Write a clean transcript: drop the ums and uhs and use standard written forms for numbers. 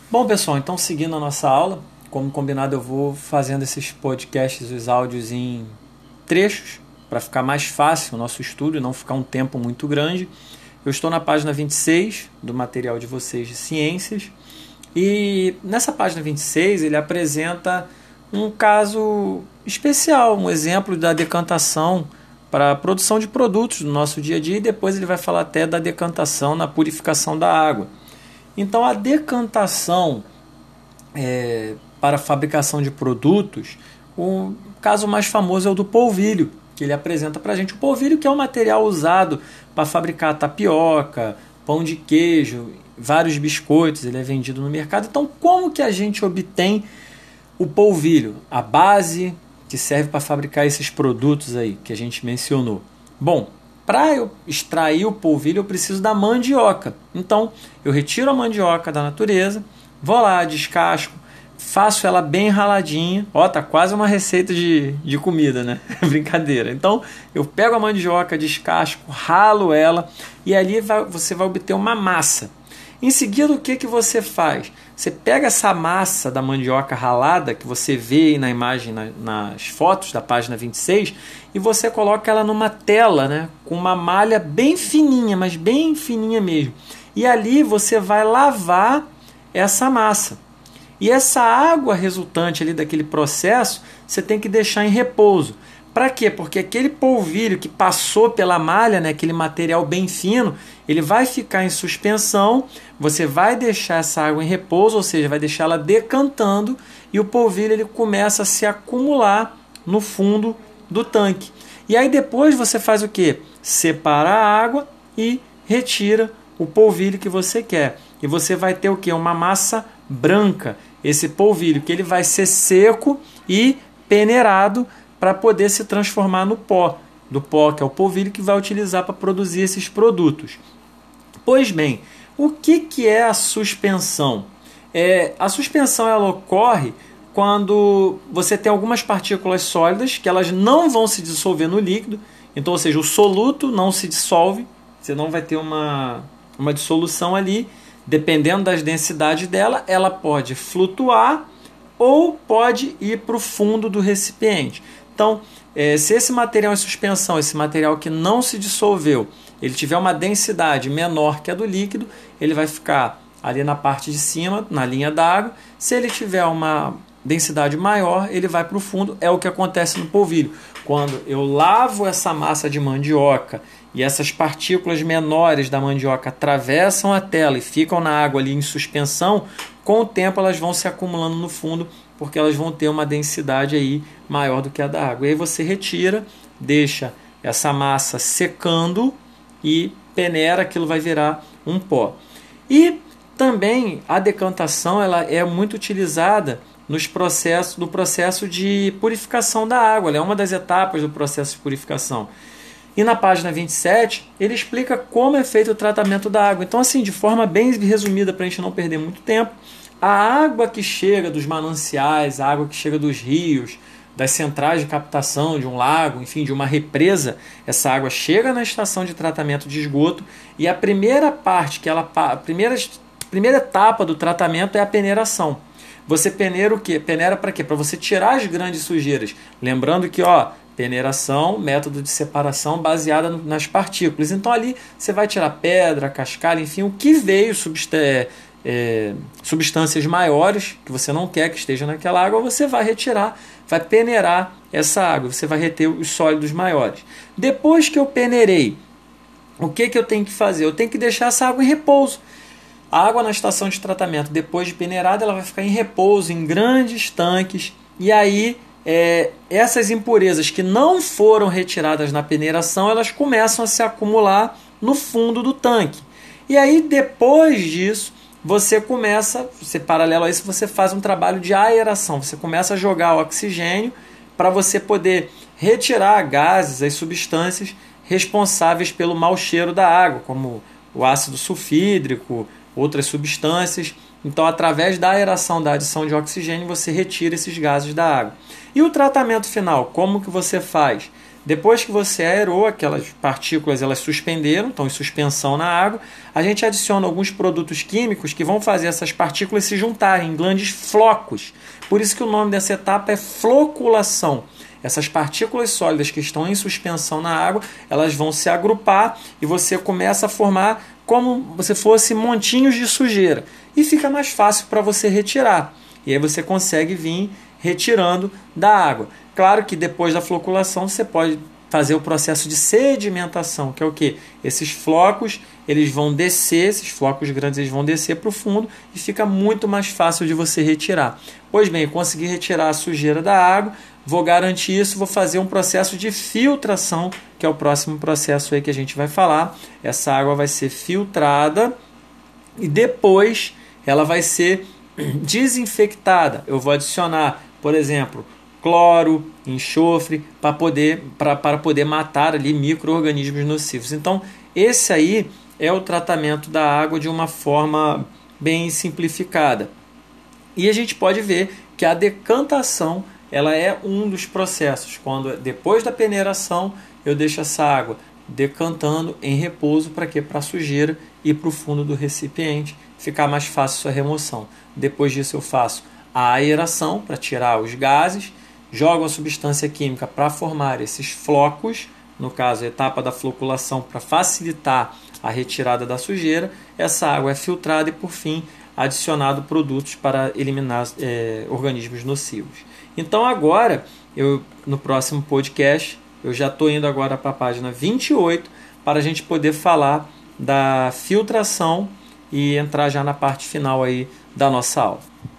Bom, pessoal, então seguindo a nossa aula, como combinado, eu vou fazendo esses podcasts, os áudios em trechos, para ficar mais fácil o nosso estudo e não ficar um tempo muito grande. Eu estou na página 26 do material de vocês de ciências e nessa página 26 ele apresenta um caso especial, um exemplo da decantação para a produção de produtos no nosso dia a dia, e depois ele vai falar até da decantação na purificação da água. Então a decantação para a fabricação de produtos, o caso mais famoso é o do polvilho, que ele apresenta para a gente. O polvilho, que é um material usado para fabricar tapioca, pão de queijo, vários biscoitos, ele é vendido no mercado. Então como que a gente obtém o polvilho, a base que serve para fabricar esses produtos aí que a gente mencionou? Bom, para eu extrair o polvilho eu preciso da mandioca. Então eu retiro a mandioca da natureza, vou lá, descasco, faço ela bem raladinha. Ó, tá quase uma receita de comida, né? Brincadeira. Então eu pego a mandioca, descasco, ralo ela e ali você vai obter uma massa. Em seguida, o que você faz? Você pega essa massa da mandioca ralada, que você vê aí na imagem, nas fotos da página 26, e você coloca ela numa tela, né, com uma malha bem fininha, mas bem fininha mesmo. E ali você vai lavar essa massa. E essa água resultante ali daquele processo, você tem que deixar em repouso. Para quê? Porque aquele polvilho que passou pela malha, né, aquele material bem fino, ele vai ficar em suspensão, você vai deixar essa água em repouso, ou seja, vai deixar ela decantando, e o polvilho ele começa a se acumular no fundo do tanque. E aí depois você faz o quê? Separa a água e retira o polvilho que você quer. E você vai ter o quê? Uma massa branca, esse polvilho, que ele vai ser seco e peneirado para poder se transformar no pó, do pó que é o polvilho que vai utilizar para produzir esses produtos. Pois bem, o que é a suspensão? A suspensão ela ocorre quando você tem algumas partículas sólidas que elas não vão se dissolver no líquido, então, ou seja, o soluto não se dissolve, você não vai ter uma dissolução ali, dependendo das densidades dela, ela pode flutuar ou pode ir para o fundo do recipiente. Então, se esse material em suspensão, esse material que não se dissolveu, ele tiver uma densidade menor que a do líquido, ele vai ficar ali na parte de cima, na linha d'água. Se ele tiver uma densidade maior, ele vai para o fundo. É o que acontece no polvilho. Quando eu lavo essa massa de mandioca e essas partículas menores da mandioca atravessam a tela e ficam na água ali em suspensão, com o tempo elas vão se acumulando no fundo, porque elas vão ter uma densidade aí maior do que a da água. E aí você retira, deixa essa massa secando e peneira, aquilo vai virar um pó. E também a decantação ela é muito utilizada no processo de purificação da água. Ela é uma das etapas do processo de purificação. E na página 27, ele explica como é feito o tratamento da água. Então, assim, de forma bem resumida, para a gente não perder muito tempo, a água que chega dos mananciais, a água que chega dos rios, das centrais de captação de um lago, enfim, de uma represa, essa água chega na estação de tratamento de esgoto e a primeira parte, a primeira etapa do tratamento é a peneiração. Você peneira o quê? Peneira para quê? Para você tirar as grandes sujeiras. Lembrando que, peneiração, método de separação baseada nas partículas. Então ali você vai tirar pedra, cascalho, enfim, o que veio, substâncias maiores que você não quer que esteja naquela água, você vai retirar, vai peneirar essa água, você vai reter os sólidos maiores. Depois que eu peneirei, o que eu tenho que fazer? Eu tenho que deixar essa água em repouso. A água na estação de tratamento, depois de peneirada, ela vai ficar em repouso em grandes tanques, e aí essas impurezas que não foram retiradas na peneiração, elas começam a se acumular no fundo do tanque. E aí, depois disso, paralelo a isso, você faz um trabalho de aeração. Você começa a jogar oxigênio para você poder retirar gases, as substâncias responsáveis pelo mau cheiro da água, como o ácido sulfídrico, outras substâncias. Então, através da aeração, da adição de oxigênio, você retira esses gases da água. E o tratamento final, como que você faz? Depois que você aerou, aquelas partículas elas suspenderam, estão em suspensão na água, a gente adiciona alguns produtos químicos que vão fazer essas partículas se juntarem em grandes flocos. Por isso que o nome dessa etapa é floculação. Essas partículas sólidas que estão em suspensão na água, elas vão se agrupar e você começa a formar como se fosse montinhos de sujeira. E fica mais fácil para você retirar. E aí você consegue vir retirando da água. Claro que depois da floculação você pode fazer o processo de sedimentação, que é o quê? Esses flocos, eles vão descer, esses flocos grandes eles vão descer para o fundo e fica muito mais fácil de você retirar. Pois bem, eu consegui retirar a sujeira da água, vou garantir isso, vou fazer um processo de filtração, que é o próximo processo aí que a gente vai falar. Essa água vai ser filtrada e depois ela vai ser desinfectada. Eu vou adicionar, por exemplo, cloro, enxofre, para poder matar ali micro-organismos nocivos. Então, esse aí é o tratamento da água de uma forma bem simplificada. E a gente pode ver que a decantação ela é um dos processos. Quando depois da peneiração eu deixo essa água decantando em repouso para quê? Para a sujeira ir para o fundo do recipiente, ficar mais fácil sua remoção. Depois disso eu faço a aeração para tirar os gases, jogo a substância química para formar esses flocos, no caso a etapa da floculação para facilitar a retirada da sujeira. Essa água é filtrada e por fim adicionado produtos para eliminar organismos nocivos. Então agora, no próximo podcast, eu já estou indo agora para a página 28 para a gente poder falar da filtração e entrar já na parte final aí da nossa aula.